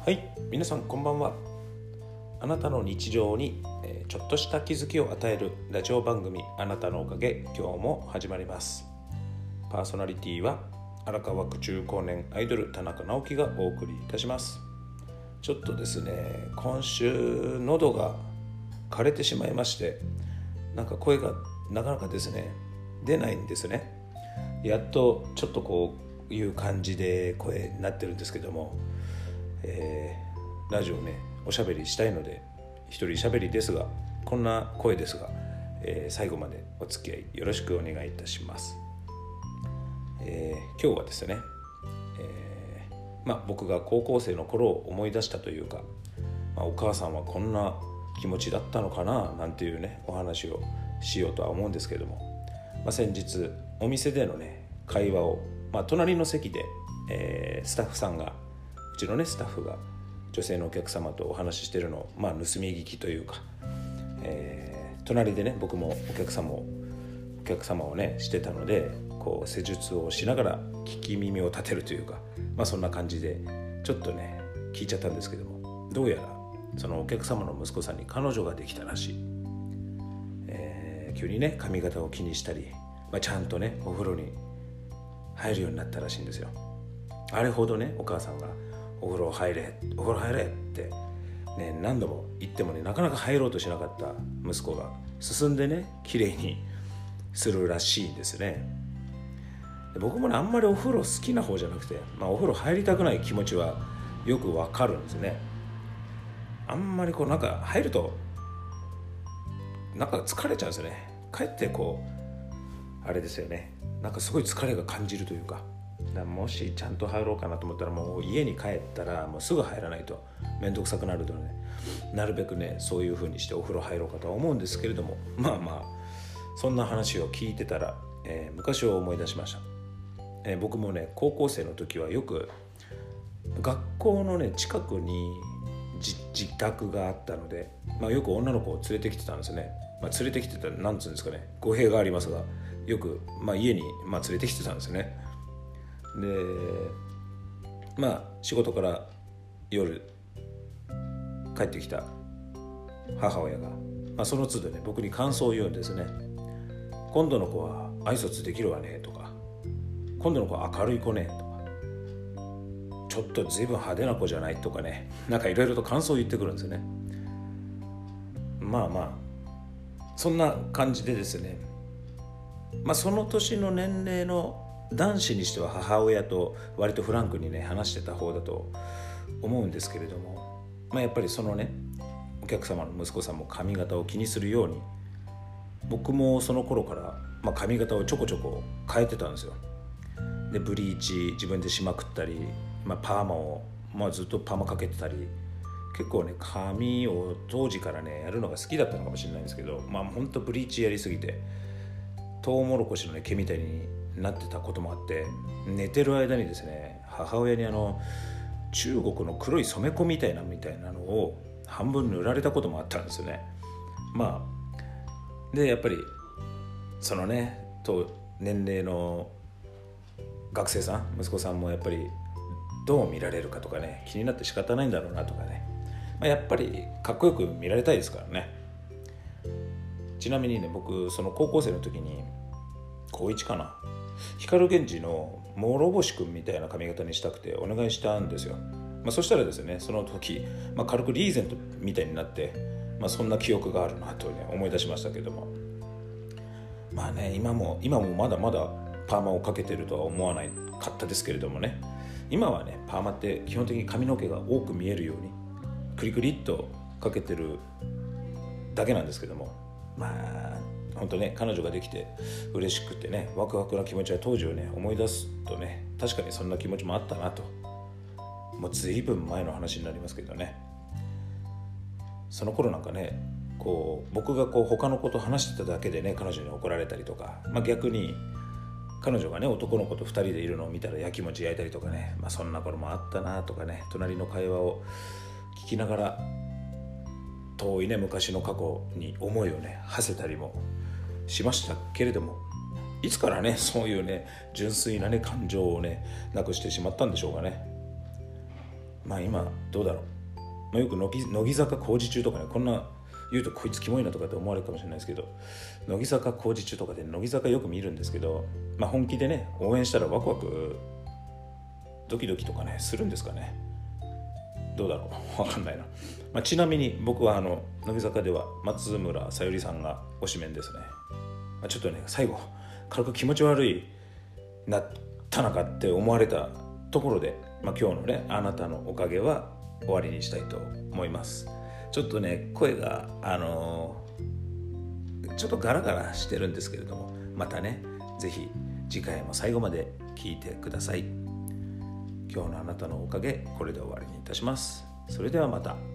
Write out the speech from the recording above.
はい、皆さんこんばんは。あなたの日常にちょっとした気づきを与えるラジオ番組あなたのおかげ、今日も始まります。パーソナリティは荒川区中高年アイドル田中直樹がお送りいたします。ちょっとですね、今週喉が枯れてしまいまして、なんか声がなかなかですね出ないんですね。やっとちょっとこういう感じで声になってるんですけども、ラジオねおしゃべりしたいので一人しゃべりですが、こんな声ですが、最後までお付き合いよろしくお願いいたします。今日はですね、僕が高校生の頃を思い出したというか、お母さんはこんな気持ちだったのかななんていうねお話をしようとは思うんですけれども、先日お店でのね会話を、隣の席で、スタッフさんがうちのねスタッフが女性のお客様とお話ししてるのを、盗み聞きというか、隣でね僕もお客様をねしてたので、こう施術をしながら聞き耳を立てるというか、そんな感じでちょっとね聞いちゃったんですけども、どうやらそのお客様の息子さんに彼女ができたらしい。急にね髪型を気にしたり、ちゃんとねお風呂に入るようになったらしいんですよ。あれほどねお母さんがお風呂入れってね何度も言ってもねなかなか入ろうとしなかった息子が進んでね綺麗にするらしいんですね。で僕もねあんまりお風呂好きな方じゃなくて、お風呂入りたくない気持ちはよくわかるんですね。あんまりこうなんか入るとなんか疲れちゃうんですよね。帰ってこうあれですよね、なんかすごい疲れが感じるというか、もしちゃんと入ろうかなと思ったらもう家に帰ったらもうすぐ入らないとめんどくさくなるので、なるべくねそういう風にしてお風呂入ろうかとは思うんですけれども、そんな話を聞いてたら、昔を思い出しました。僕もね高校生の時はよく学校のね近くに自宅があったので、よく女の子を連れてきてたんですね。連れてきてたなんつうんですかね、語弊がありますがよく、家に、連れてきてたんですね。で仕事から夜帰ってきた母親が、その都度ね僕に感想を言うんですね。今度の子は挨拶できるわねとか、今度の子は明るい子ねとか、ちょっと随分派手な子じゃないとかね、なんかいろいろと感想を言ってくるんですよね。そんな感じでですね、その年の年齢の男子にしては母親と割とフランクにね話してた方だと思うんですけれども、やっぱりそのねお客様の息子さんも髪型を気にするように、僕もその頃から、髪型をちょこちょこ変えてたんですよ。でブリーチ自分でしまくったり、パーマを、ずっとパーマかけてたり、結構ね髪を当時からねやるのが好きだったのかもしれないんですけど、ほんとブリーチやりすぎてトウモロコシの、毛みたいになってたこともあって、寝てる間にですね母親に中国の黒い染め粉みたいなのを半分塗られたこともあったんですよね。でやっぱりそのね年齢の学生さん息子さんもやっぱりどう見られるかとかね気になって仕方ないんだろうなとかね、やっぱりかっこよく見られたいですからね。ちなみにね僕その高校生の時に高1かな、光源氏の諸星くんみたいな髪型にしたくてお願いしたんですよ。そしたらですねその時、軽くリーゼントみたいになって、そんな記憶があるなとね思い出しましたけども、今もまだまだパーマをかけてるとは思わないかったですけれどもね、今はねパーマって基本的に髪の毛が多く見えるようにクリクリっとかけてるだけなんですけども、本当ね彼女ができて嬉しくてねワクワクな気持ちは当時をね思い出すとね、確かにそんな気持ちもあったなと。もう随分前の話になりますけどね、その頃なんかねこう僕が他の子と話してただけでね彼女に怒られたりとか、逆に彼女がね男の子と2人でいるのを見たらやきもち焼いたりとかね、そんな頃もあったなとかね、隣の会話を聞きながら遠いね昔の過去に思いをね馳せたりもしましたけれども、いつからねそういうね純粋なね感情をねなくしてしまったんでしょうかね。 まあ今どうだろう、よく乃木坂工事中とかね、こんな言うとこいつキモいなとかって思われるかもしれないですけど、乃木坂工事中とかで乃木坂よく見るんですけど、本気でね応援したらワクワクドキドキとかねするんですかね。どうだろう、わかんないな。ちなみに僕は乃木坂では松村さゆりさんが推しメンですね。ちょっとね最後軽く気持ち悪いなったのかって思われたところで、今日のねあなたのおかげは終わりにしたいと思います。ちょっとね声がちょっとガラガラしてるんですけれども、またねぜひ次回も最後まで聞いてください。今日のあなたのおかげ、これで終わりにいたします。それではまた。